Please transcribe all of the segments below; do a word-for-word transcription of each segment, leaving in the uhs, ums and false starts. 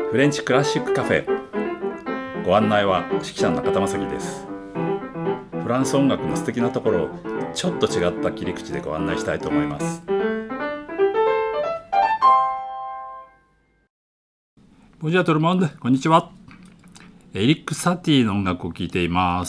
フレンチクラシックカフェ、ご案内は指揮者の中田正樹です。フランス音楽の素敵なところをちょっと違った切り口でご案内したいと思います。ボンジュールトゥルモンド、こんにちは。エリック・サティの音楽を聴いています。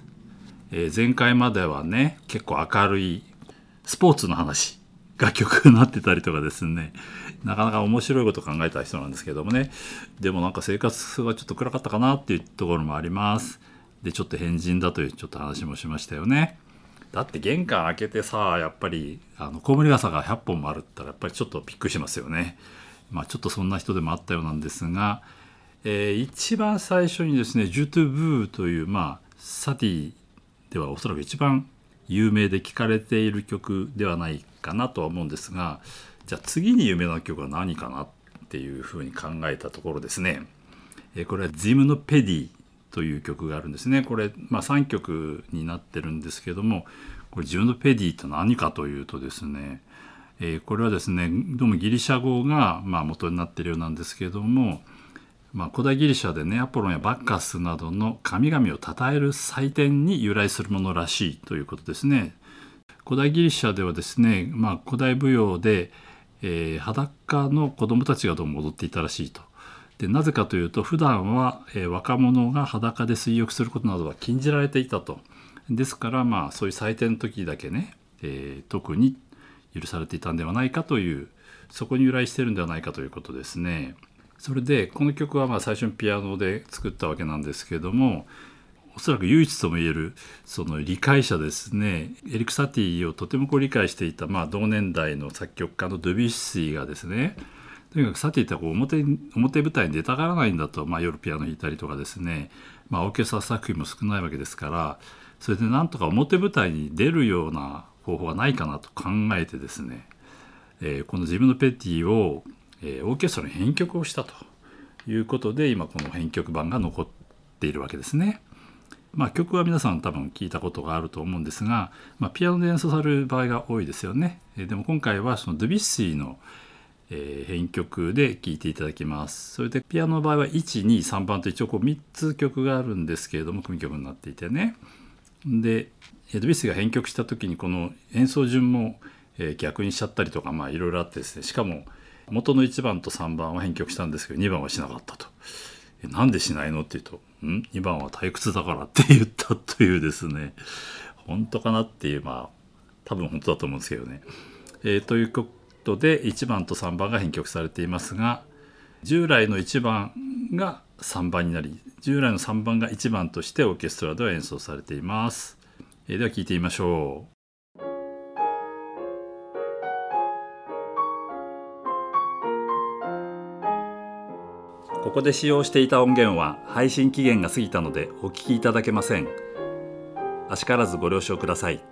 えー、前回まではね、結構明るいスポーツの話が曲になってたりとかですね、なかなか面白いことを考えた人なんですけどもね、でもなんか生活がちょっと暗かったかなっていうところもあります。でちょっと変人だというちょっと話もしましたよね。だって玄関開けてさ、やっぱりあのコウモリ傘がひゃっぽんもあるったらやっぱりちょっとびっくりしますよね。まあちょっとそんな人でもあったようなんですが、えー、一番最初にですね、ジュトゥブーという、まあサティではおそらく一番有名で聴かれている曲ではないかなとは思うんですが、じゃあ次に有名な曲は何かなっていうふうに考えたところですね、えー、これはジムノペディという曲があるんですね。これ、まあ、さんきょくになってるんですけども、これジムノペディと何かというとですね、えー、これはですね、どうもギリシャ語がまあ元になっているようなんですけども、まあ、古代ギリシャでね、アポロンやバッカスなどの神々を称える祭典に由来するものらしいということですね。古代ギリシャではですね、まあ、古代舞踊で、えー、裸の子供たちがどうも踊っていたらしいと。でなぜかというと、普段は、えー、若者が裸で水浴することなどは禁じられていたと。ですからまあそういう祭典の時だけね、えー、特に許されていたんではないかという、そこに由来しているんではないかということですね。それでこの曲はまあ最初にピアノで作ったわけなんですけども、おそらく唯一ともいえるその理解者ですね、エリック・サティをとてもこう理解していた、まあ、同年代の作曲家のドビュッシーがですね、とにかくサティってこう 表, 表舞台に出たがらないんだと、まあ、夜ピアノ弾いたりとかですね、まあ、オーケストラ作品も少ないわけですから、それでなんとか表舞台に出るような方法がないかなと考えてですね、えー、このジムノペディを、えー、オーケストラに編曲をしたということで、今この編曲版が残っているわけですね。まあ、曲は皆さん多分聞いたことがあると思うんですが、まあ、ピアノで演奏される場合が多いですよね。えー、でも今回はそのドビュッシーのえー、編曲で聴いていただきます。それでピアノの場合はいち、に、さんばんと一応こうみっつ曲があるんですけれども、組曲になっていてね。でドビュッシーが編曲した時にこの演奏順も、えー、逆にしちゃったりとか、まあいろいろあってですね、しかも元のいちばんとさんばんは編曲したんですけどにばんはしなかったと。えなんでしないのって言うと、んにばんは退屈だからって言ったというですね、本当かなっていう、まあ多分本当だと思うんですけどね。えー、ということでいちばんとさんばんが編曲されていますが、従来のいちばんがさんばんになり、従来のさんばんがいちばんとしてオーケストラでは演奏されています。えー、では聴いてみましょう。ここで使用していた音源は配信期限が過ぎたのでお聞きいただけません。あしからずご了承ください。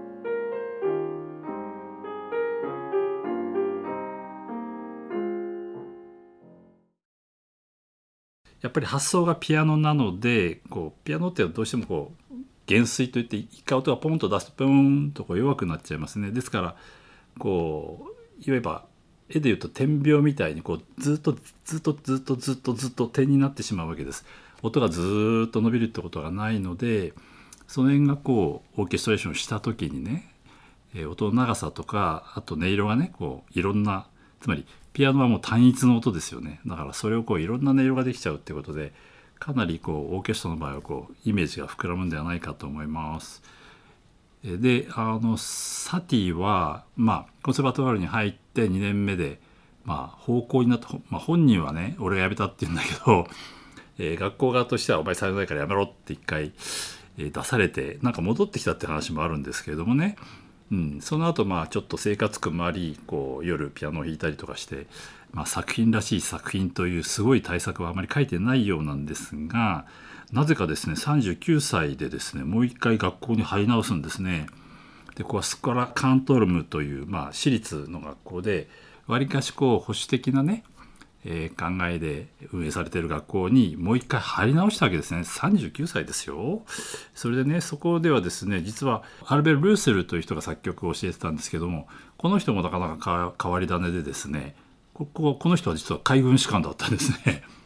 やっぱり発想がピアノなので、こうピアノってどうしてもこう減衰といって一回音がポンと出すとポンとこう弱くなっちゃいますね。ですからこういわば絵でいうと点描みたいにこうずっとずっとずっとずっとずっと点になってしまうわけです。音がずっと伸びるってことがないので、その辺がこうオーケストレーションした時にね、音の長さとか、あと音色がね、こういろんな、つまりピアノはもう単一の音ですよね。だからそれをこういろんな音色ができちゃうってことで、かなりこうオーケストラの場合はこうイメージが膨らむんではないかと思います。で、あのサティはまあコンセバトワールに入ってにねんめでまあ方向になった、まあ、本人はね俺が辞めたって言うんだけど、えー、学校側としてはお前才能ないから辞めろって一回、えー、出されて、なんか戻ってきたって話もあるんですけれどもね。うん、その後まあちょっと生活苦もあり、こう夜ピアノを弾いたりとかして、まあ、作品らしい作品というすごい大作はあまり書いてないようなんですが、なぜかですねさんじゅうきゅうさいでですねもう一回学校に入り直すんですね。でここはスコラカントルムという、まあ、私立の学校でわりかしこう保守的なね、えー、考えで運営されている学校にもう一回入り直したわけですね。さんじゅうきゅうさいですよ。それでね、そこではですね、実はアルベル・ルーセルという人が作曲を教えてたんですけども、この人もなかなか変わり種でですね、こここの人は実は海軍士官だったんですね。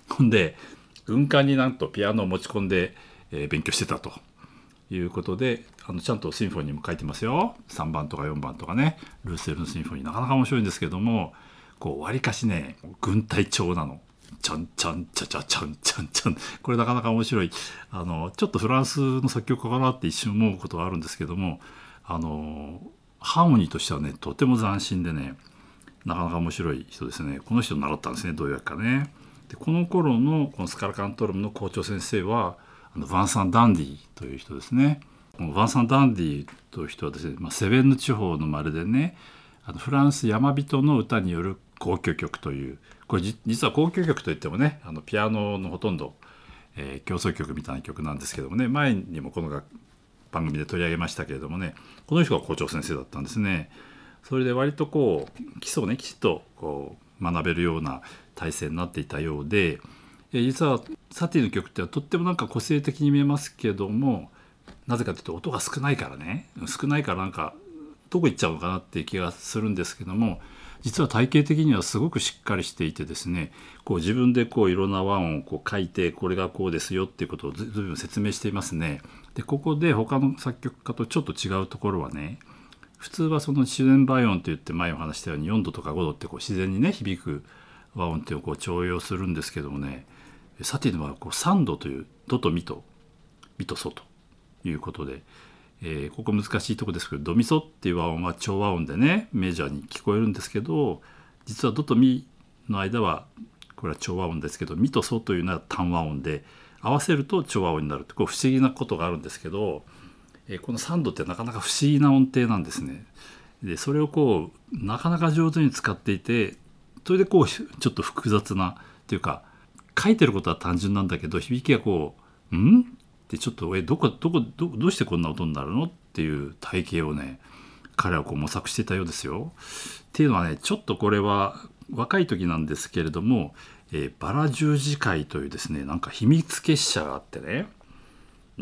ほんで軍艦になんとピアノを持ち込んで、えー勉強してたということで、あのちゃんとシンフォニーも書いてますよ。さんばんとかよんばんとかね、ルーセルのシンフォニーなかなか面白いんですけども、こうわりかしね軍隊調なの。ちゃんちゃんちゃちゃちゃんちゃんちゃん、これなかなか面白い。あのちょっとフランスの作曲家かなって一瞬思うことはあるんですけども、あのハーモニーとしてはねとても斬新でね、なかなか面白い人ですね。この人習ったんですね、どうやらかね。でこの頃のこのスカラカントルムの校長先生はあのヴァンサン・ダンディという人ですね。このヴァンサン・ダンディという人はですね、まあ、セベンヌ地方のまるでね、あのフランス山人の歌による交響曲という、これ実は交響曲といってもね、あのピアノのほとんど、えー、協奏曲みたいな曲なんですけどもね、前にもこの番組で取り上げましたけれどもね、この人が校長先生だったんですね。それで割とこう基礎をねきちっとこう学べるような体制になっていたようで、え実はサティの曲ってとってもなんか個性的に見えますけども、なぜかというと音が少ないからね、少ないからなんかどこ行っちゃうのかなっていう気がするんですけども、実は体系的にはすごくしっかりしていてですね、こう自分でこういろんな和音をこう書いて、これがこうですよっていうことをずいぶん説明していますね。でここで他の作曲家とちょっと違うところはね、普通はその自然倍音といって前お話したようによんどとかごどってこう自然にね響く和音っていうのをこう調用するんですけどもね、サティのはこうさんどというドとミとミとソということで、えー、ここ難しいとこですけど、ドミソっていう和音は調和音でねメジャーに聞こえるんですけど、実はドとミの間はこれは調和音ですけど、ミとソというのは単和音で合わせると調和音になるってこう不思議なことがあるんですけど、このさんどってなかなか不思議な音程なんですね。でそれをこうなかなか上手に使っていて、それでこうちょっと複雑なっていうか、書いてることは単純なんだけど響きがこう「ん?」ってちょっとえどこどこ ど, どうしてこんな音になるのっていう体系をね彼はこう模索していたようですよ。っていうのはね、ちょっとこれは若い時なんですけれども、えー、バラ十字会というですねなんか秘密結社があってね、うん、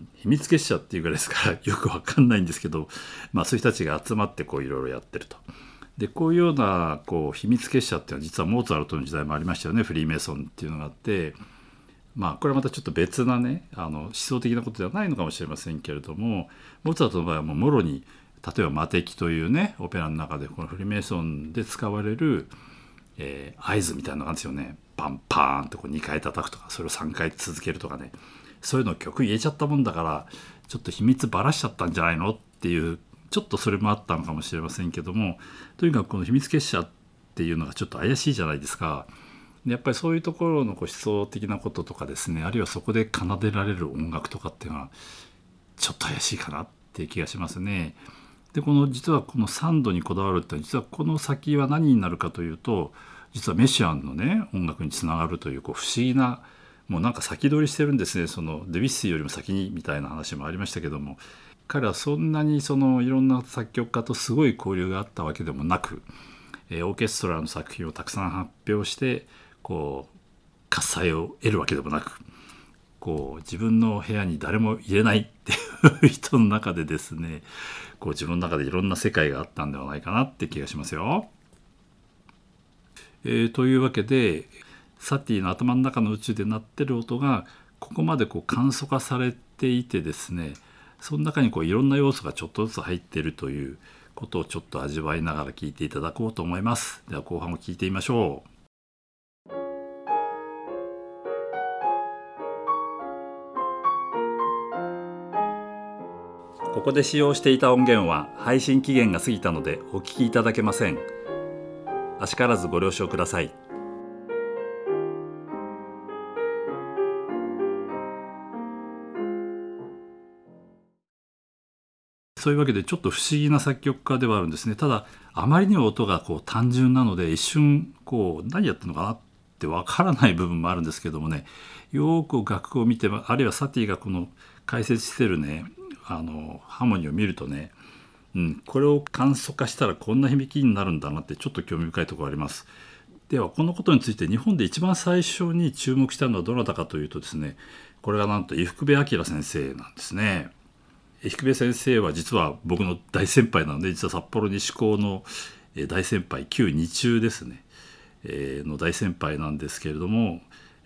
秘密結社っていうぐらいですからよくわかんないんですけど、まあ、そういう人たちが集まってこういろいろやってると。でこういうようなこう秘密結社っていうのは実はモーツァルトの時代もありましたよね。フリーメイソンっていうのがあって、まあこれはまたちょっと別なねあの思想的なことではないのかもしれませんけれども、モーツァルトの場合はもうもろに例えば「魔笛」というねオペラの中でこのフリーメイソンで使われる、えー、合図みたいなのがあるんですよね。パンパーンってこうにかい叩くとか、それをさんかい続けるとかね、そういうのを曲入れちゃったもんだからちょっと秘密ばらしちゃったんじゃないのっていう、ちょっとそれもあったのかもしれませんけども、とにかくこの秘密結社っていうのがちょっと怪しいじゃないですか。でやっぱりそういうところのこう思想的なこととかですね、あるいはそこで奏でられる音楽とかっていうのはちょっと怪しいかなっていう気がしますね。でこの実はこのさんどにこだわるって実はこの先は何になるかというと、実はメシアンのね音楽につながるというこう不思議な、もうなんか先取りしてるんですね。そのデビュッシーよりも先にみたいな話もありましたけども、彼はそんなにそのいろんな作曲家とすごい交流があったわけでもなく、えー、オーケストラの作品をたくさん発表してこう喝采を得るわけでもなく、こう自分の部屋に誰も入れないっていう人の中でですね、こう自分の中でいろんな世界があったんではないかなって気がしますよ。えー、というわけでサティの頭の中の宇宙で鳴ってる音がここまでこう簡素化されていてですね、その中にこういろんな要素がちょっとずつ入っているということをちょっと味わいながら聞いていただこうと思います。では後半を聞いてみましょう。ここで使用していた音源は配信期限が過ぎたのでお聞きいただけません。あしからずご了承ください。そういうわけでちょっと不思議な作曲家ではあるんですね。ただあまりにも音がこう単純なので一瞬こう何やってるのかなってわからない部分もあるんですけどもね、よく楽譜を見て、あるいはサティがこの解説してるねあのハーモニーを見るとね、うん、これを簡素化したらこんな響きになるんだなってちょっと興味深いところがあります。ではこのことについて日本で一番最初に注目したのはどなたかというとですね、これがなんと伊福部昭先生なんですね。伊福部先生は実は僕の大先輩なので、実は札幌西高の大先輩旧二中ですね、えー、の大先輩なんですけれども、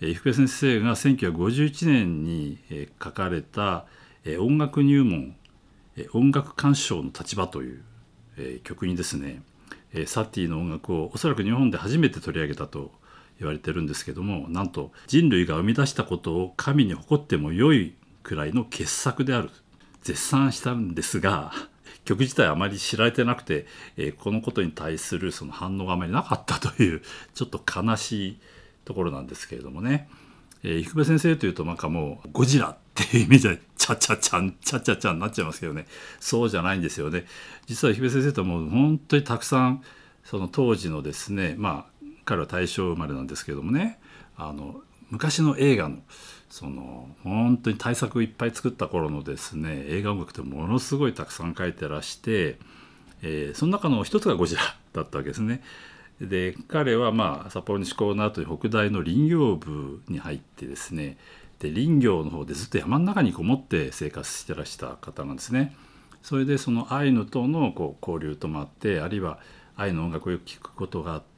伊福部先生がせんきゅうひゃくごじゅういちねんに書かれた音楽入門音楽鑑賞の立場という曲にですね、サティの音楽をおそらく日本で初めて取り上げたと言われてるんですけども、なんと人類が生み出したことを神に誇っても良いくらいの傑作である絶賛したんですが、曲自体あまり知られてなくて、このことに対するその反応があまりなかったというちょっと悲しいところなんですけれどもね。伊福部先生というとなんかもうゴジラっていう意味でチャチャチャンチャチャチャンになっちゃいますけどね、そうじゃないんですよね。実は伊福部先生とはもう本当にたくさんその当時のですね、まあ彼は大正生まれなんですけどもね、あの昔の映画のその本当に大作をいっぱい作った頃のですね映画音楽ってものすごいたくさん書いてらして、えー、その中の一つがゴジラだったわけですね。で彼はまあ札幌西高の後に北大の林業部に入ってですね、で林業の方でずっと山の中にこもって生活してらした方なんですね。それでそのアイヌとのこう交流ともあって、あるいはアイヌの音楽をよく聞くことがあって、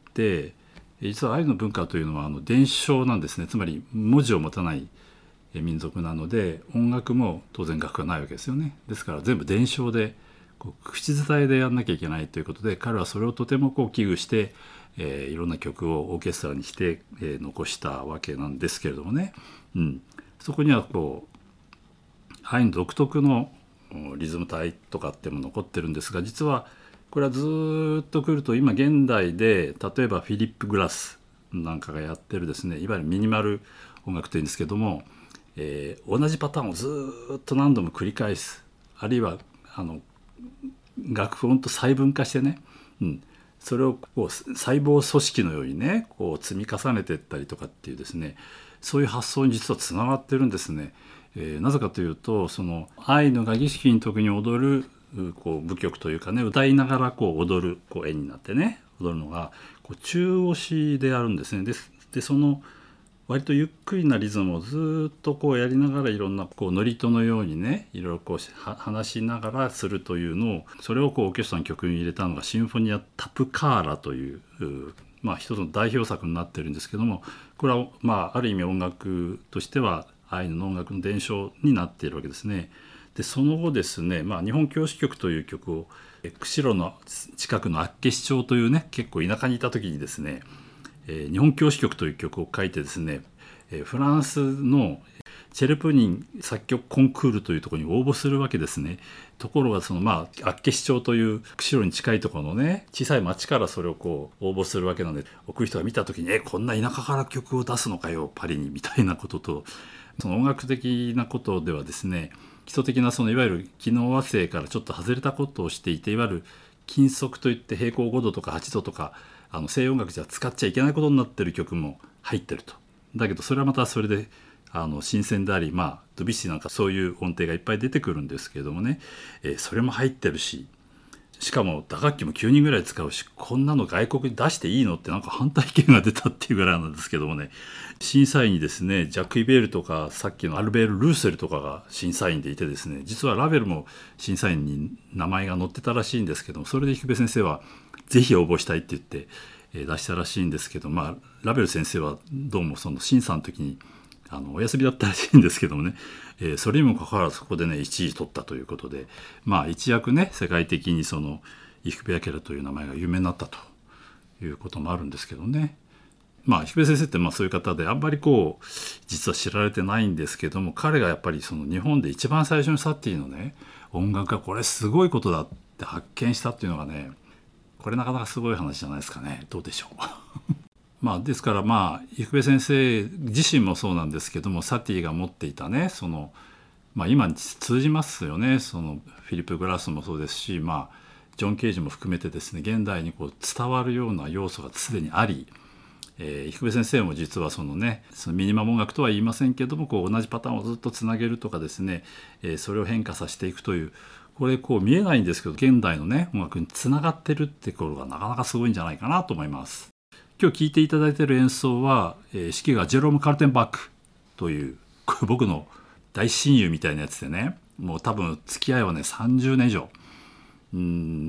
実はアイヌの文化というのはあの伝承なんですね。つまり文字を持たない民族なので、音楽も当然楽がないわけですよね。ですから全部伝承でこう口伝えでやんなきゃいけないということで、彼はそれをとてもこう危惧して、えー、いろんな曲をオーケストラにして、えー、残したわけなんですけれどもね、うん、そこにはこうアイヌ独特のリズム体とかっても残ってるんですが、実はこれはずっと来ると今現代で例えばフィリップ・グラスなんかがやってるですね、いわゆるミニマル音楽というんですけども、えー、同じパターンをずっと何度も繰り返す、あるいはあの楽音と細分化してね、うん、それをこう細胞組織のようにねこう積み重ねていったりとかっていうですね、そういう発想に実はつながってるんですね。えー、なぜかというと、そのアイヌが儀式の時に踊るこう舞曲というかね、歌いながらこう踊るこう絵になってね踊るのがこう中押しであるんですね。で、でその割とゆっくりなリズムをずっとこうやりながら、いろんなこうノリとのようにねいろいろこう話しながらするというのを、それをこうオーケストラの曲に入れたのがシンフォニア・タプカーラという、まあ一つの代表作になってるんですけども、これはまあある意味音楽としてはアイヌの音楽の伝承になっているわけですね。でその後ですね、まあ、日本教師曲という曲を釧路の近くの厚岸町というね結構田舎にいた時にですね、えー、日本教師曲という曲を書いてですね、えー、フランスのチェルプニン作曲コンクールというところに応募するわけですね。ところがそのまあ厚岸町という釧路に近いところのね小さい町からそれをこう応募するわけなので、送る人が見た時にえこんな田舎から曲を出すのかよパリにみたいなことと、その音楽的なことではですね、基礎的なそのいわゆる機能和声からちょっと外れたことをしていて、いわゆる均速といって平行ごどとかはちどとかあの西洋音楽じゃ使っちゃいけないことになってる曲も入ってると。だけどそれはまたそれであの新鮮であり、まあドビュッシーなんかそういう音程がいっぱい出てくるんですけれどもね、えー、それも入ってるし、しかも打楽器もきゅうにんぐらい使うし、こんなの外国に出していいのってなんか反対意見が出たっていうぐらいなんですけどもね、審査員にですねジャック・イベールとかさっきのアルベール・ルーセルとかが審査員でいてですね、実はラベルも審査員に名前が載ってたらしいんですけども、それで伊福部先生はぜひ応募したいって言って出したらしいんですけど、まあラベル先生はどうもその審査の時にあのお休みだったらしいんですけどもね、えー、それにもかかわらずそこでねいちい取ったということで、まあ一躍ね世界的にその伊福部明という名前が有名になったということもあるんですけどね。まあ伊福部先生ってまあそういう方であんまりこう実は知られてないんですけども、彼がやっぱりその日本で一番最初にサティのね音楽がこれすごいことだって発見したっていうのがね、これなかなかすごい話じゃないですかね。どうでしょうまあですからまあ伊福部先生自身もそうなんですけども、サティが持っていたねその、まあ、今に通じますよね。そのフィリップ・グラスもそうですし、まあジョン・ケージも含めてですね現代にこう伝わるような要素がすでにあり、えー、伊福部先生も実はそのねそのミニマム音楽とは言いませんけども、こう同じパターンをずっとつなげるとかですね、えー、それを変化させていくという、これこう見えないんですけど現代のね音楽につながってるってところがなかなかすごいんじゃないかなと思います。今日聴いていただいている演奏は、えー、指揮がジェローム・カルテンバックというこれ僕の大親友みたいなやつでね、もう多分付き合いはねさんじゅうねん以上。うん、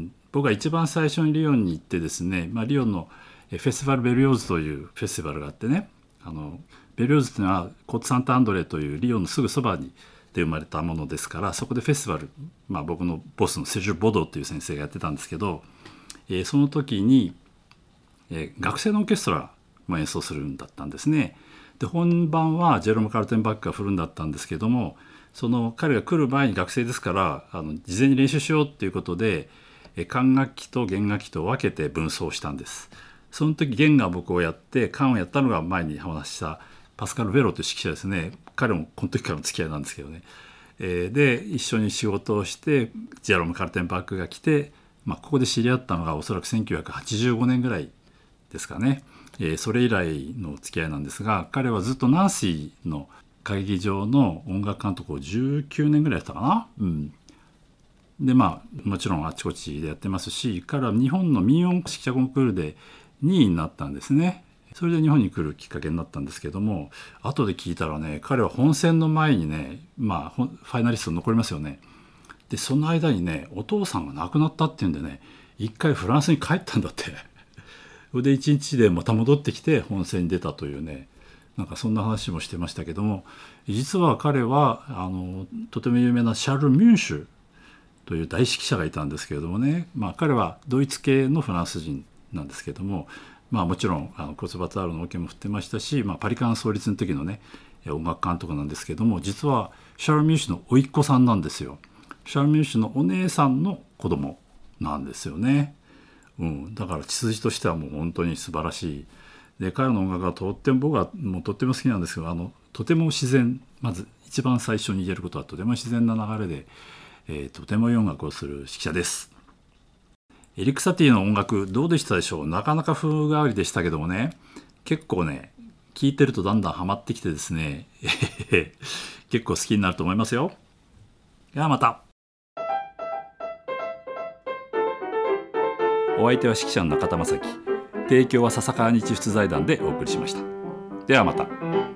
僕が一番最初にリヨンに行ってですね、まあ、リヨンのフェスティバル・ベルヨーズというフェスティバルがあってね、あのベルリオーズというのはコート・サンタ・アンドレというリヨンのすぐそばにで生まれたものですから、そこでフェスティバル、まあ、僕のボスのセジュ・ボドという先生がやってたんですけど、えー、その時に、えー、学生のオーケストラも演奏するんだったんですね。で本番はジェロム・カルテンバックが振るんだったんですけども、その彼が来る前に学生ですからあの事前に練習しようっていうことで、えー、管楽器と弦楽器と分けて分奏したんです。その時弦が僕をやって管をやったのが前にお話ししたパスカル・ベロという指揮者ですね。彼もこの時からの付き合いなんですけどね、えー、で一緒に仕事をしてジェロム・カルテンバックが来て、まあ、ここで知り合ったのがおそらくせんきゅうひゃくはちじゅうごねんぐらいですかね、えー、それ以来の付き合いなんですが、彼はずっとナンシーの歌劇場の音楽監督をじゅうきゅうねんぐらいやったかな、うん、でまあもちろんあちこちでやってますし、彼は日本の民謡指揮者コンクールでにいになったんですね。それで日本に来るきっかけになったんですけども、後で聞いたらね、彼は本選の前にね、まあファイナリストに残りますよね。でその間にね、お父さんが亡くなったっていうんでね、一回フランスに帰ったんだって。で一日でまた戻ってきて本選に出たというね、なんかそんな話もしてましたけども、実は彼はあのとても有名なシャルル・ミュンシュという大指揮者がいたんですけれどもね、まあ、彼はドイツ系のフランス人なんですけども、まあ、もちろんあのコツバタールのオケも振ってましたし、まあ、パリカン創立の時のね音楽監督なんですけども、実はシャルル・ミュンシュの甥っ子さんなんですよ。シャルル・ミュンシュのお姉さんの子供なんですよね。うん、だから血筋としてはもう本当に素晴らしい。で彼の音楽はとっても僕はもうとっても好きなんですけど、あのとても自然、まず一番最初に言えることはとても自然な流れで、えー、とてもいい音楽をする指揮者です。エリック・サティの音楽どうでしたでしょう。なかなか風変わりでしたけどもね、結構ね聴いてるとだんだんハマってきてですね結構好きになると思いますよ。ではまた。お相手は指揮者の中田正樹、提供は笹川日出財団でお送りしました。ではまた。